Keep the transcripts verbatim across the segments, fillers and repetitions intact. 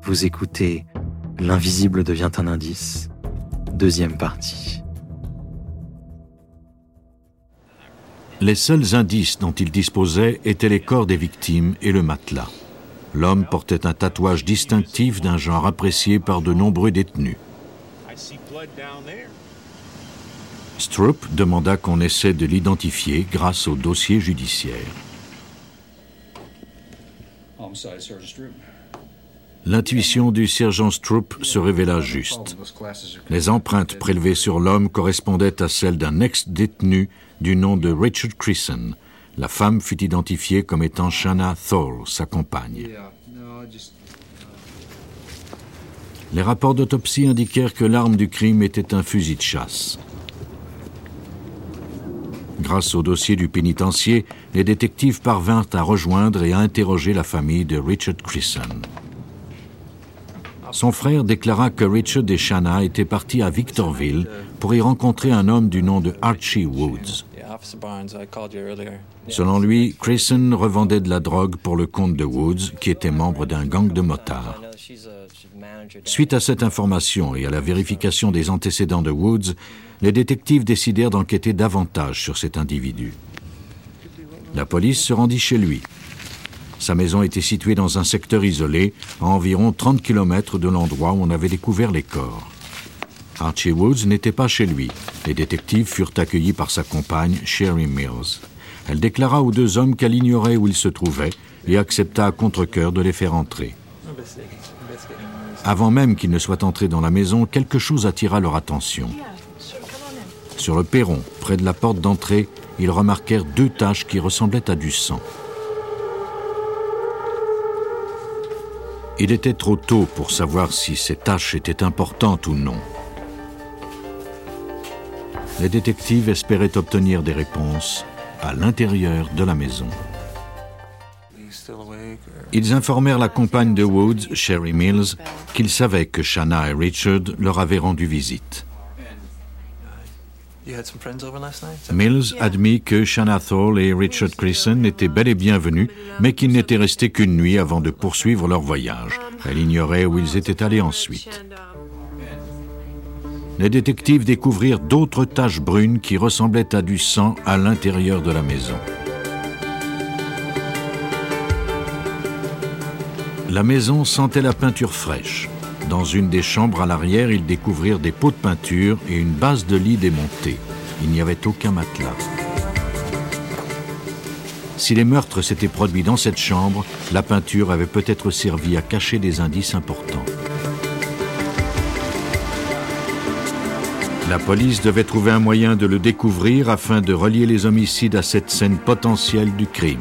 Vous écoutez L'invisible devient un indice, deuxième partie. Les seuls indices dont il disposait étaient les corps des victimes et le matelas. L'homme portait un tatouage distinctif d'un genre apprécié par de nombreux détenus. Stroop demanda qu'on essaie de l'identifier grâce au dossier judiciaire. L'intuition du sergent Stroop se révéla juste. Les empreintes prélevées sur l'homme correspondaient à celles d'un ex-détenu du nom de Richard Crisson. La femme fut identifiée comme étant Shanna Thole, sa compagne. Les rapports d'autopsie indiquèrent que l'arme du crime était un fusil de chasse. Grâce au dossier du pénitencier, les détectives parvinrent à rejoindre et à interroger la famille de Richard Crisson. Son frère déclara que Richard et Shanna étaient partis à Victorville pour y rencontrer un homme du nom de Archie Woods. Selon lui, Crisson revendait de la drogue pour le compte de Woods, qui était membre d'un gang de motards. Suite à cette information et à la vérification des antécédents de Woods, les détectives décidèrent d'enquêter davantage sur cet individu. La police se rendit chez lui. Sa maison était située dans un secteur isolé, à environ trente kilomètres de l'endroit où on avait découvert les corps. Archie Woods n'était pas chez lui. Les détectives furent accueillis par sa compagne, Sherry Mills. Elle déclara aux deux hommes qu'elle ignorait où ils se trouvaient et accepta à contre-cœur de les faire entrer. Avant même qu'ils ne soient entrés dans la maison, quelque chose attira leur attention. Sur le perron, près de la porte d'entrée, ils remarquèrent deux taches qui ressemblaient à du sang. Il était trop tôt pour savoir si ces taches étaient importantes ou non. Les détectives espéraient obtenir des réponses à l'intérieur de la maison. Ils informèrent la compagne de Woods, Sherry Mills, qu'ils savaient que Shanna et Richard leur avaient rendu visite. Mills admit que Shanna Thole et Richard Crisson étaient bel et bien venus, mais qu'ils n'étaient restés qu'une nuit avant de poursuivre leur voyage. Elle ignorait où ils étaient allés ensuite. Les détectives découvrirent d'autres taches brunes qui ressemblaient à du sang à l'intérieur de la maison. La maison sentait la peinture fraîche. Dans une des chambres à l'arrière, ils découvrirent des pots de peinture et une base de lit démontée. Il n'y avait aucun matelas. Si les meurtres s'étaient produits dans cette chambre, la peinture avait peut-être servi à cacher des indices importants. La police devait trouver un moyen de le découvrir afin de relier les homicides à cette scène potentielle du crime.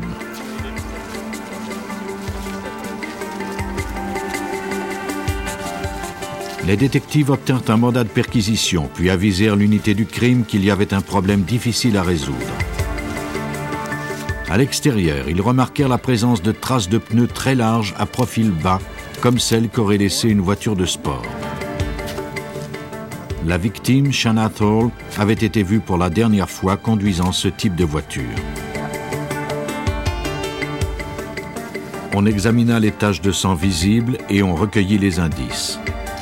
Les détectives obtinrent un mandat de perquisition, puis avisèrent l'unité du crime qu'il y avait un problème difficile à résoudre. À l'extérieur, ils remarquèrent la présence de traces de pneus très larges à profil bas, comme celles qu'aurait laissées une voiture de sport. La victime, Shanna Thole, avait été vue pour la dernière fois conduisant ce type de voiture. On examina les taches de sang visibles et on recueillit les indices.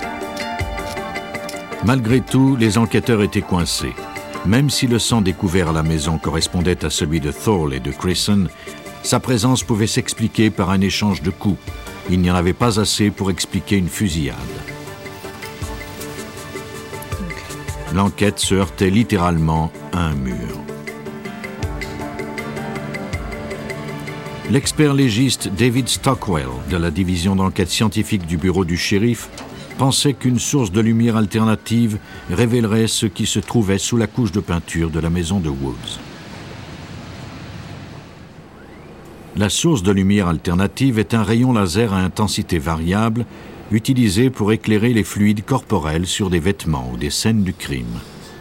Malgré tout, les enquêteurs étaient coincés. Même si le sang découvert à la maison correspondait à celui de Thole et de Crisson, sa présence pouvait s'expliquer par un échange de coups. Il n'y en avait pas assez pour expliquer une fusillade. L'enquête se heurtait littéralement à un mur. L'expert légiste David Stockwell, de la division d'enquête scientifique du bureau du shérif, pensait qu'une source de lumière alternative révélerait ce qui se trouvait sous la couche de peinture de la maison de Woods. La source de lumière alternative est un rayon laser à intensité variable utilisé pour éclairer les fluides corporels sur des vêtements ou des scènes du crime.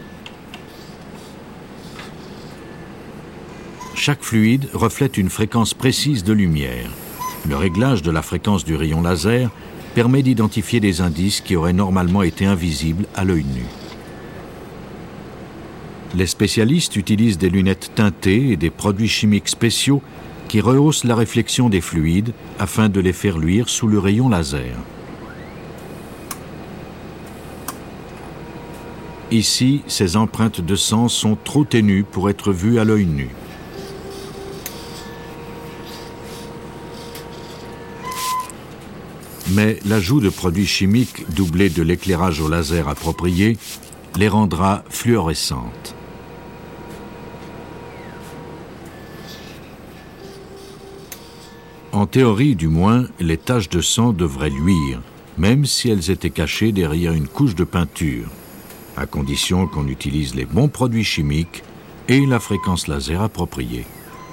Chaque fluide reflète une fréquence précise de lumière. Le réglage de la fréquence du rayon laser permet d'identifier des indices qui auraient normalement été invisibles à l'œil nu. Les spécialistes utilisent des lunettes teintées et des produits chimiques spéciaux qui rehaussent la réflexion des fluides afin de les faire luire sous le rayon laser. Ici, ces empreintes de sang sont trop ténues pour être vues à l'œil nu. Mais l'ajout de produits chimiques doublé de l'éclairage au laser approprié les rendra fluorescentes. En théorie, du moins, les taches de sang devraient luire, même si elles étaient cachées derrière une couche de peinture, à condition qu'on utilise les bons produits chimiques et la fréquence laser appropriée.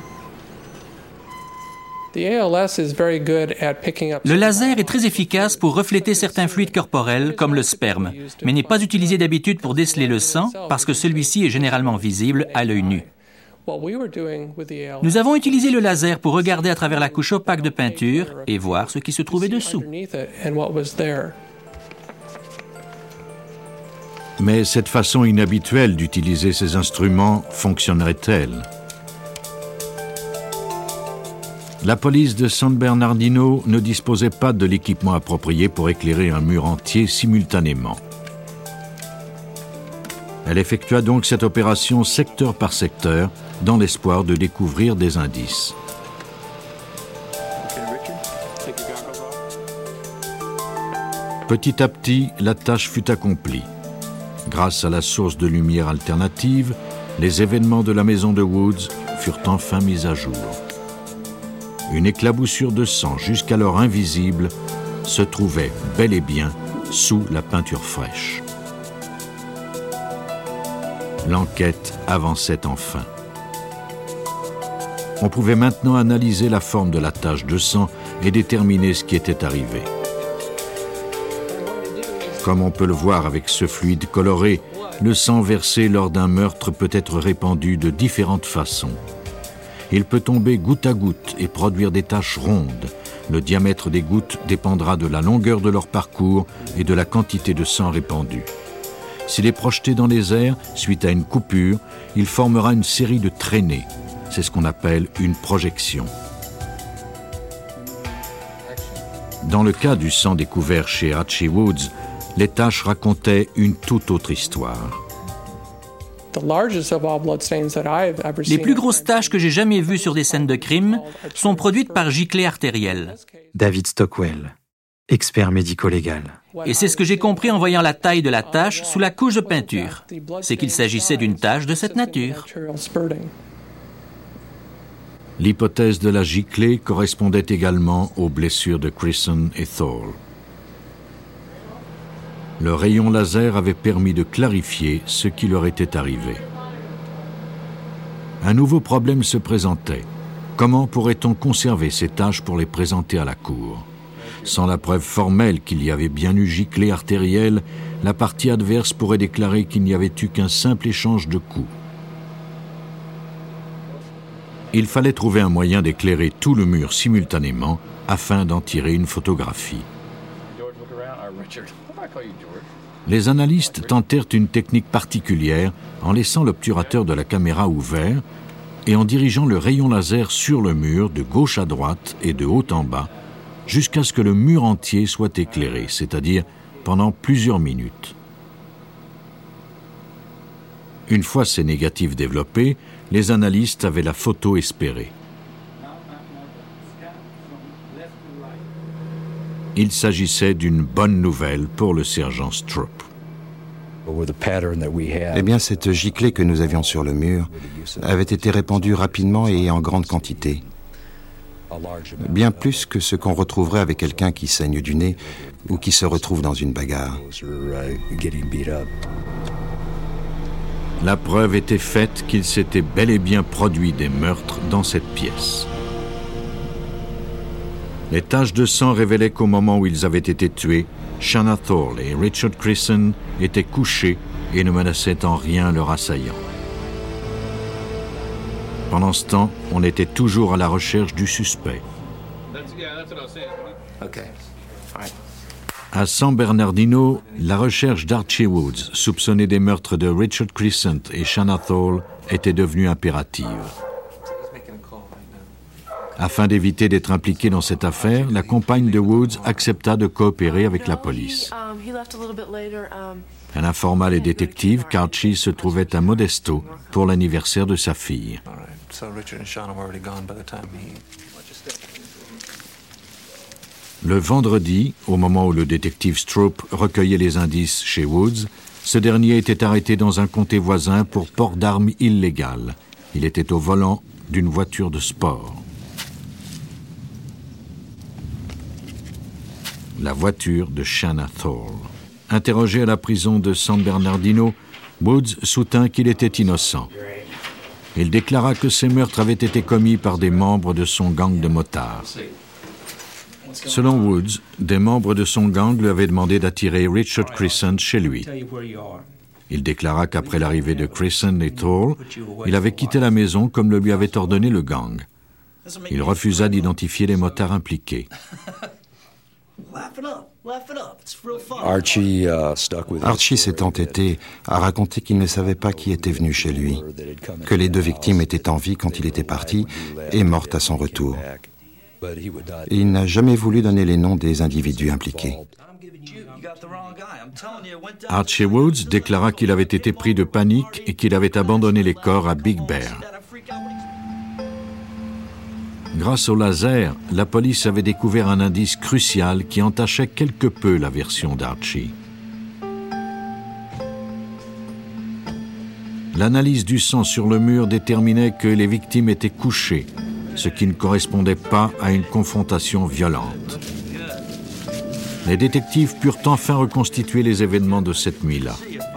Le laser est très efficace pour refléter certains fluides corporels, comme le sperme, mais n'est pas utilisé d'habitude pour déceler le sang parce que celui-ci est généralement visible à l'œil nu. Nous avons utilisé le laser pour regarder à travers la couche opaque de peinture et voir ce qui se trouvait dessous. Mais cette façon inhabituelle d'utiliser ces instruments fonctionnerait-elle ? La police de San Bernardino ne disposait pas de l'équipement approprié pour éclairer un mur entier simultanément. Elle effectua donc cette opération secteur par secteur dans l'espoir de découvrir des indices. Petit à petit, la tâche fut accomplie. Grâce à la source de lumière alternative, les événements de la maison de Woods furent enfin mis à jour. Une éclaboussure de sang jusqu'alors invisible se trouvait bel et bien sous la peinture fraîche. L'enquête avançait enfin. On pouvait maintenant analyser la forme de la tache de sang et déterminer ce qui était arrivé. Comme on peut le voir avec ce fluide coloré, le sang versé lors d'un meurtre peut être répandu de différentes façons. Il peut tomber goutte à goutte et produire des taches rondes. Le diamètre des gouttes dépendra de la longueur de leur parcours et de la quantité de sang répandu. S'il est projeté dans les airs, suite à une coupure, il formera une série de traînées. C'est ce qu'on appelle une projection. Dans le cas du sang découvert chez Archie Woods, les taches racontaient une toute autre histoire. Les plus grosses taches que j'ai jamais vues sur des scènes de crime sont produites par giclée artérielle. David Stockwell, expert médico-légal. Et c'est ce que j'ai compris en voyant la taille de la tache sous la couche de peinture. C'est qu'il s'agissait d'une tache de cette nature. L'hypothèse de la giclée correspondait également aux blessures de Grissom et Thorle. Le rayon laser avait permis de clarifier ce qui leur était arrivé. Un nouveau problème se présentait. Comment pourrait-on conserver ces taches pour les présenter à la cour ? Sans la preuve formelle qu'il y avait bien eu giclée artérielle, la partie adverse pourrait déclarer qu'il n'y avait eu qu'un simple échange de coups. Il fallait trouver un moyen d'éclairer tout le mur simultanément afin d'en tirer une photographie. Les analystes tentèrent une technique particulière en laissant l'obturateur de la caméra ouvert et en dirigeant le rayon laser sur le mur de gauche à droite et de haut en bas jusqu'à ce que le mur entier soit éclairé, c'est-à-dire pendant plusieurs minutes. Une fois ces négatifs développés, les analystes avaient la photo espérée. Il s'agissait d'une bonne nouvelle pour le sergent Stroop. Eh bien, cette giclée que nous avions sur le mur avait été répandue rapidement et en grande quantité. Bien plus que ce qu'on retrouverait avec quelqu'un qui saigne du nez ou qui se retrouve dans une bagarre. La preuve était faite qu'il s'était bel et bien produit des meurtres dans cette pièce. Les taches de sang révélaient qu'au moment où ils avaient été tués, Shanna Thorle et Richard Grissom étaient couchés et ne menaçaient en rien leur assaillant. Pendant ce temps, on était toujours à la recherche du suspect. À San Bernardino, la recherche d'Archie Woods, soupçonné des meurtres de Richard Grissom et Shanna Thorle, était devenue impérative. Afin d'éviter d'être impliqué dans cette affaire, la compagne de Woods accepta de coopérer avec la police. Elle informa les détectives qu'Archie se trouvait à Modesto pour l'anniversaire de sa fille. Le vendredi, au moment où le détective Stroop recueillait les indices chez Woods, ce dernier était arrêté dans un comté voisin pour port d'armes illégal. Il était au volant d'une voiture de sport. La voiture de Shanna Thorle. Interrogé à la prison de San Bernardino, Woods soutint qu'il était innocent. Il déclara que ces meurtres avaient été commis par des membres de son gang de motards. Selon Woods, des membres de son gang lui avaient demandé d'attirer Richard Crescent chez lui. Il déclara qu'après l'arrivée de Crescent et Thorle, il avait quitté la maison comme le lui avait ordonné le gang. Il refusa d'identifier les motards impliqués. Archie, Archie s'est entêté à raconter qu'il ne savait pas qui était venu chez lui, que les deux victimes étaient en vie quand il était parti et mortes à son retour. Il n'a jamais voulu donner les noms des individus impliqués. Archie Woods déclara qu'il avait été pris de panique et qu'il avait abandonné les corps à Big Bear. Grâce au laser, la police avait découvert un indice crucial qui entachait quelque peu la version d'Archie. L'analyse du sang sur le mur déterminait que les victimes étaient couchées, ce qui ne correspondait pas à une confrontation violente. Les détectives purent enfin reconstituer les événements de cette nuit-là.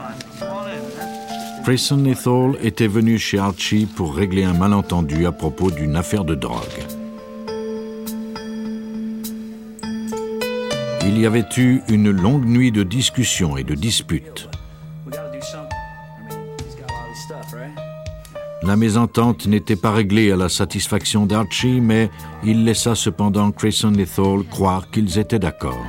Crescent et Thorle étaient venus chez Archie pour régler un malentendu à propos d'une affaire de drogue. Il y avait eu une longue nuit de discussions et de disputes. La mésentente n'était pas réglée à la satisfaction d'Archie, mais il laissa cependant Crescent et Thorle croire qu'ils étaient d'accord.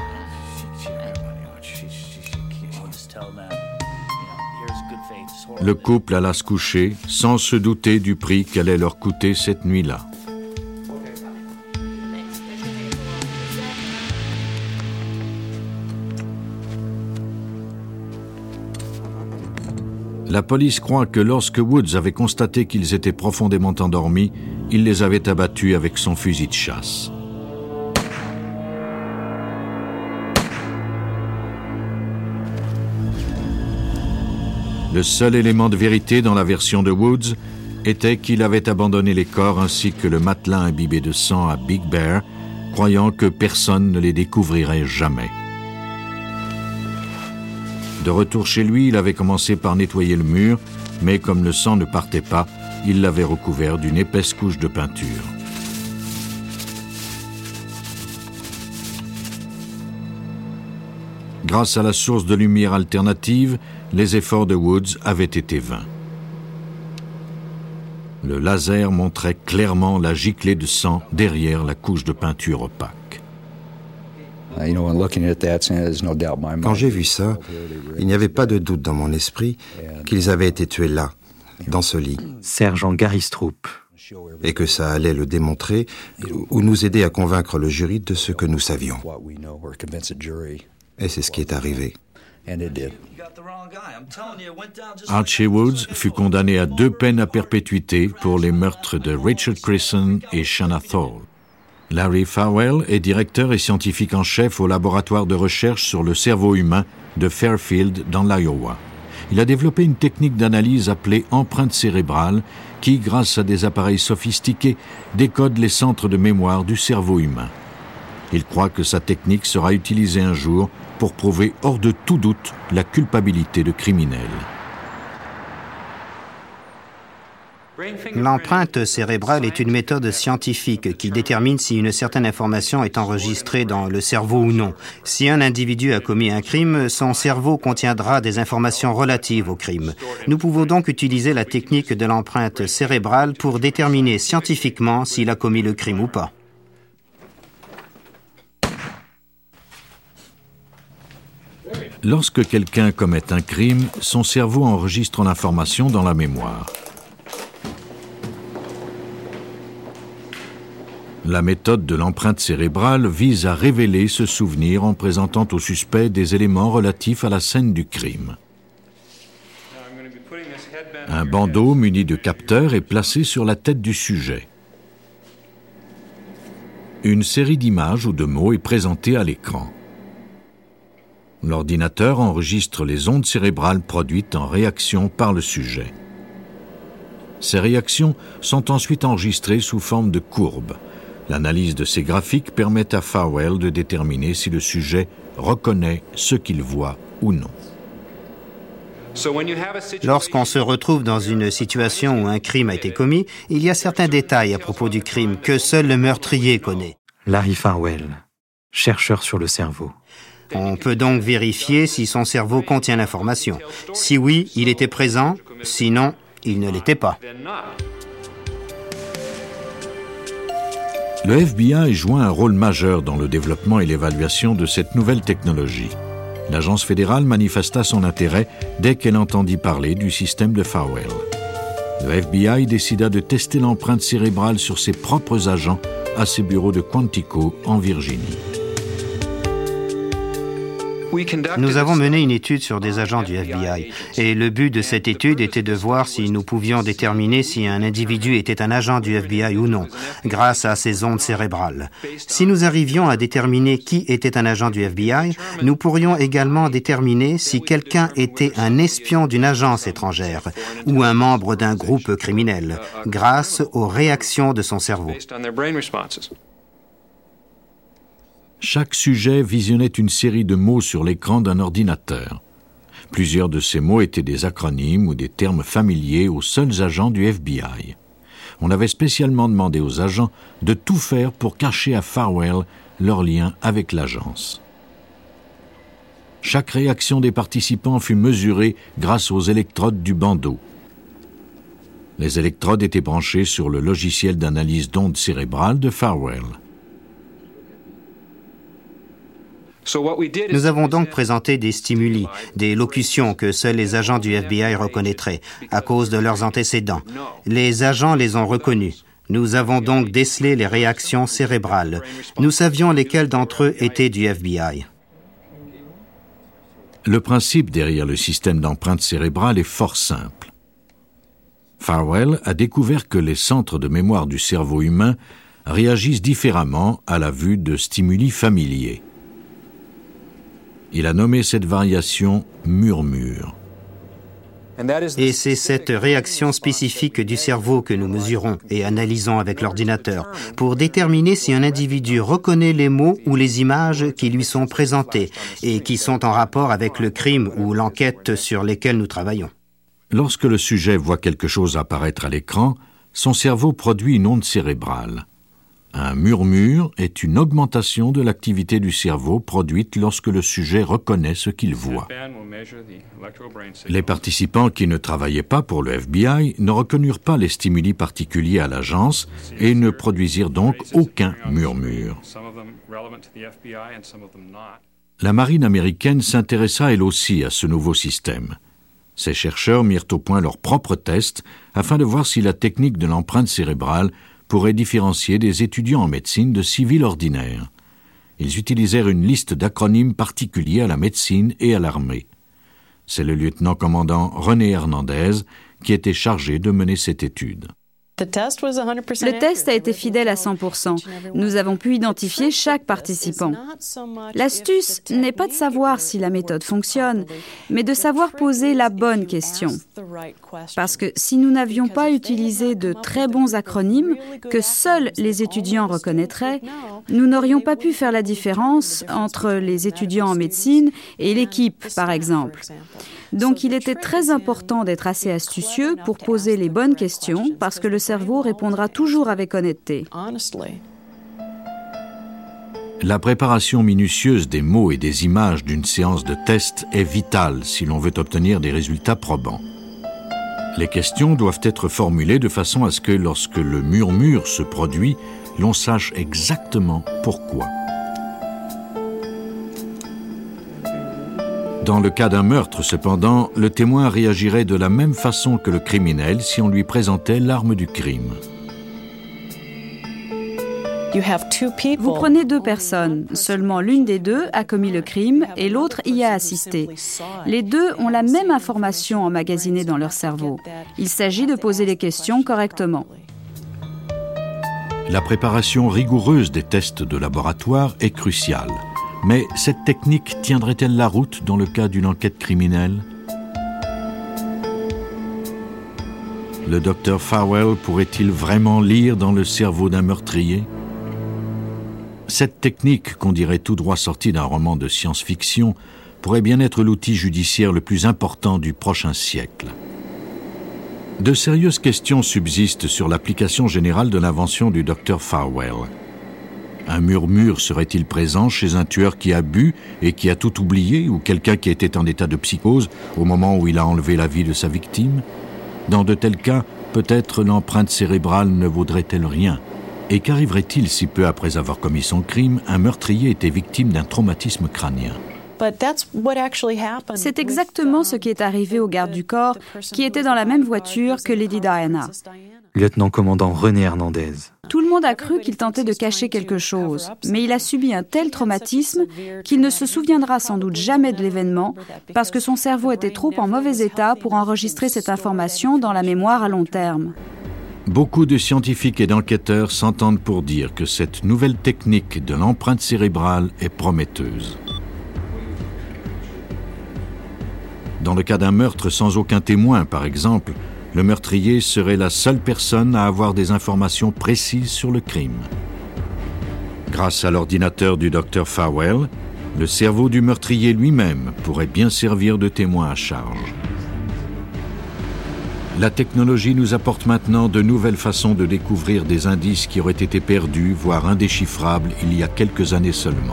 Le couple alla se coucher sans se douter du prix qu'allait leur coûter cette nuit-là. La police croit que lorsque Woods avait constaté qu'ils étaient profondément endormis, il les avait abattus avec son fusil de chasse. Le seul élément de vérité dans la version de Woods était qu'il avait abandonné les corps ainsi que le matelas imbibé de sang à Big Bear, croyant que personne ne les découvrirait jamais. De retour chez lui, il avait commencé par nettoyer le mur, mais comme le sang ne partait pas, il l'avait recouvert d'une épaisse couche de peinture. Grâce à la source de lumière alternative, les efforts de Woods avaient été vains. Le laser montrait clairement la giclée de sang derrière la couche de peinture opaque. Quand j'ai vu ça, il n'y avait pas de doute dans mon esprit qu'ils avaient été tués là, dans ce lit. Sergent Gary Stroop. Et que ça allait le démontrer ou nous aider à convaincre le jury de ce que nous savions. Et c'est ce qui est arrivé. Archie Woods fut condamné à deux peines à perpétuité pour les meurtres de Richard Crescent et Shanna Thorle. Larry Farwell est directeur et scientifique en chef au laboratoire de recherche sur le cerveau humain de Fairfield dans l'Iowa. Il a développé une technique d'analyse appelée empreinte cérébrale qui, grâce à des appareils sophistiqués, décode les centres de mémoire du cerveau humain. Il croit que sa technique sera utilisée un jour pour prouver hors de tout doute la culpabilité de criminels. L'empreinte cérébrale est une méthode scientifique qui détermine si une certaine information est enregistrée dans le cerveau ou non. Si un individu a commis un crime, son cerveau contiendra des informations relatives au crime. Nous pouvons donc utiliser la technique de l'empreinte cérébrale pour déterminer scientifiquement s'il a commis le crime ou pas. Lorsque quelqu'un commet un crime, son cerveau enregistre l'information dans la mémoire. La méthode de l'empreinte cérébrale vise à révéler ce souvenir en présentant au suspect des éléments relatifs à la scène du crime. Un bandeau muni de capteurs est placé sur la tête du sujet. Une série d'images ou de mots est présentée à l'écran. L'ordinateur enregistre les ondes cérébrales produites en réaction par le sujet. Ces réactions sont ensuite enregistrées sous forme de courbes. L'analyse de ces graphiques permet à Farwell de déterminer si le sujet reconnaît ce qu'il voit ou non. Lorsqu'on se retrouve dans une situation où un crime a été commis, il y a certains détails à propos du crime que seul le meurtrier connaît. Larry Farwell, chercheur sur le cerveau. On peut donc vérifier si son cerveau contient l'information. Si oui, il était présent, sinon, il ne l'était pas. Le F B I joue un rôle majeur dans le développement et l'évaluation de cette nouvelle technologie. L'agence fédérale manifesta son intérêt dès qu'elle entendit parler du système de Farwell. Le F B I décida de tester l'empreinte cérébrale sur ses propres agents à ses bureaux de Quantico, en Virginie. Nous avons mené une étude sur des agents du F B I et le but de cette étude était de voir si nous pouvions déterminer si un individu était un agent du F B I ou non, grâce à ces ondes cérébrales. Si nous arrivions à déterminer qui était un agent du F B I, nous pourrions également déterminer si quelqu'un était un espion d'une agence étrangère ou un membre d'un groupe criminel, grâce aux réactions de son cerveau. Chaque sujet visionnait une série de mots sur l'écran d'un ordinateur. Plusieurs de ces mots étaient des acronymes ou des termes familiers aux seuls agents du F B I. On avait spécialement demandé aux agents de tout faire pour cacher à Farwell leur lien avec l'agence. Chaque réaction des participants fut mesurée grâce aux électrodes du bandeau. Les électrodes étaient branchées sur le logiciel d'analyse d'ondes cérébrales de Farwell. Nous avons donc présenté des stimuli, des locutions que seuls les agents du F B I reconnaîtraient à cause de leurs antécédents. Les agents les ont reconnus. Nous avons donc décelé les réactions cérébrales. Nous savions lesquels d'entre eux étaient du F B I. Le principe derrière le système d'empreinte cérébrale est fort simple. Farwell a découvert que les centres de mémoire du cerveau humain réagissent différemment à la vue de stimuli familiers. Il a nommé cette variation « murmure ». Et c'est cette réaction spécifique du cerveau que nous mesurons et analysons avec l'ordinateur pour déterminer si un individu reconnaît les mots ou les images qui lui sont présentés et qui sont en rapport avec le crime ou l'enquête sur lesquels nous travaillons. Lorsque le sujet voit quelque chose apparaître à l'écran, son cerveau produit une onde cérébrale. Un murmure est une augmentation de l'activité du cerveau produite lorsque le sujet reconnaît ce qu'il voit. Les participants qui ne travaillaient pas pour le F B I ne reconnurent pas les stimuli particuliers à l'agence et ne produisirent donc aucun murmure. La marine américaine s'intéressa elle aussi à ce nouveau système. Ces chercheurs mirent au point leurs propres tests afin de voir si la technique de l'empreinte cérébrale pourrait différencier des étudiants en médecine de civils ordinaires. Ils utilisèrent une liste d'acronymes particuliers à la médecine et à l'armée. C'est le lieutenant-commandant René Hernandez qui était chargé de mener cette étude. Le test a été fidèle à cent pour cent. Nous avons pu identifier chaque participant. L'astuce n'est pas de savoir si la méthode fonctionne, mais de savoir poser la bonne question. Parce que si nous n'avions pas utilisé de très bons acronymes que seuls les étudiants reconnaîtraient, nous n'aurions pas pu faire la différence entre les étudiants en médecine et l'équipe, par exemple. Donc il était très important d'être assez astucieux pour poser les bonnes questions parce que le cerveau répondra toujours avec honnêteté. La préparation minutieuse des mots et des images d'une séance de test est vitale si l'on veut obtenir des résultats probants. Les questions doivent être formulées de façon à ce que lorsque le murmure se produit, l'on sache exactement pourquoi. Dans le cas d'un meurtre, cependant, le témoin réagirait de la même façon que le criminel si on lui présentait l'arme du crime. Vous prenez deux personnes. Seulement l'une des deux a commis le crime et l'autre y a assisté. Les deux ont la même information emmagasinée dans leur cerveau. Il s'agit de poser les questions correctement. La préparation rigoureuse des tests de laboratoire est cruciale. Mais cette technique tiendrait-elle la route dans le cas d'une enquête criminelle ? Le docteur Farwell pourrait-il vraiment lire dans le cerveau d'un meurtrier ? Cette technique, qu'on dirait tout droit sortie d'un roman de science-fiction, pourrait bien être l'outil judiciaire le plus important du prochain siècle. De sérieuses questions subsistent sur l'application générale de l'invention du docteur Farwell. Un murmure serait-il présent chez un tueur qui a bu et qui a tout oublié, ou quelqu'un qui était en état de psychose au moment où il a enlevé la vie de sa victime ? Dans de tels cas, peut-être l'empreinte cérébrale ne vaudrait-elle rien. Et qu'arriverait-il si peu après avoir commis son crime, un meurtrier était victime d'un traumatisme crânien ? C'est exactement ce qui est arrivé au garde du corps, qui était dans la même voiture que Lady Diana. Lieutenant-commandant René Hernandez. Tout le monde a cru qu'il tentait de cacher quelque chose, mais il a subi un tel traumatisme qu'il ne se souviendra sans doute jamais de l'événement parce que son cerveau était trop en mauvais état pour enregistrer cette information dans la mémoire à long terme. Beaucoup de scientifiques et d'enquêteurs s'entendent pour dire que cette nouvelle technique de l'empreinte cérébrale est prometteuse. Dans le cas d'un meurtre sans aucun témoin, par exemple, le meurtrier serait la seule personne à avoir des informations précises sur le crime. Grâce à l'ordinateur du docteur Farwell, le cerveau du meurtrier lui-même pourrait bien servir de témoin à charge. La technologie nous apporte maintenant de nouvelles façons de découvrir des indices qui auraient été perdus, voire indéchiffrables, il y a quelques années seulement.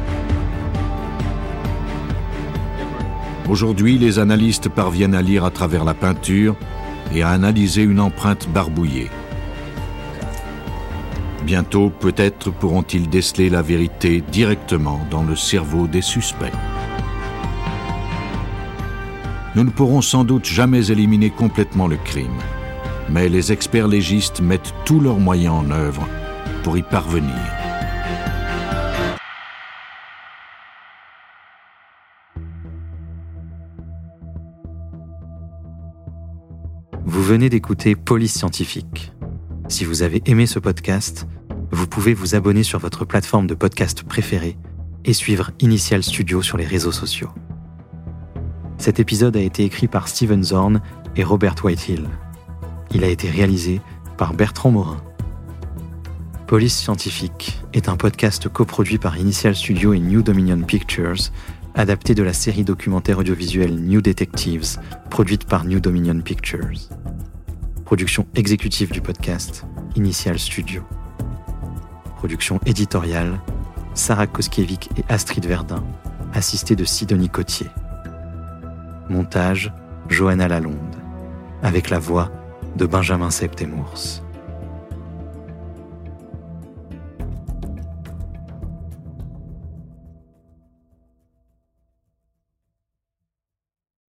Aujourd'hui, les analystes parviennent à lire à travers la peinture et à analyser une empreinte barbouillée. Bientôt, peut-être pourront-ils déceler la vérité directement dans le cerveau des suspects. Nous ne pourrons sans doute jamais éliminer complètement le crime, mais les experts légistes mettent tous leurs moyens en œuvre pour y parvenir. Vous venez d'écouter Police Scientifique. Si vous avez aimé ce podcast, vous pouvez vous abonner sur votre plateforme de podcast préférée et suivre Initial Studio sur les réseaux sociaux. Cet épisode a été écrit par Steven Zorn et Robert Whitehill. Il a été réalisé par Bertrand Morin. Police Scientifique est un podcast coproduit par Initial Studio et New Dominion Pictures, adapté de la série documentaire audiovisuelle New Detectives, produite par New Dominion Pictures. Production exécutive du podcast, Initial Studio. Production éditoriale, Sarah Koskiewicz et Astrid Verdun, assistée de Sidonie Cotier. Montage, Johanna Lalonde, avec la voix de Benjamin Septemours.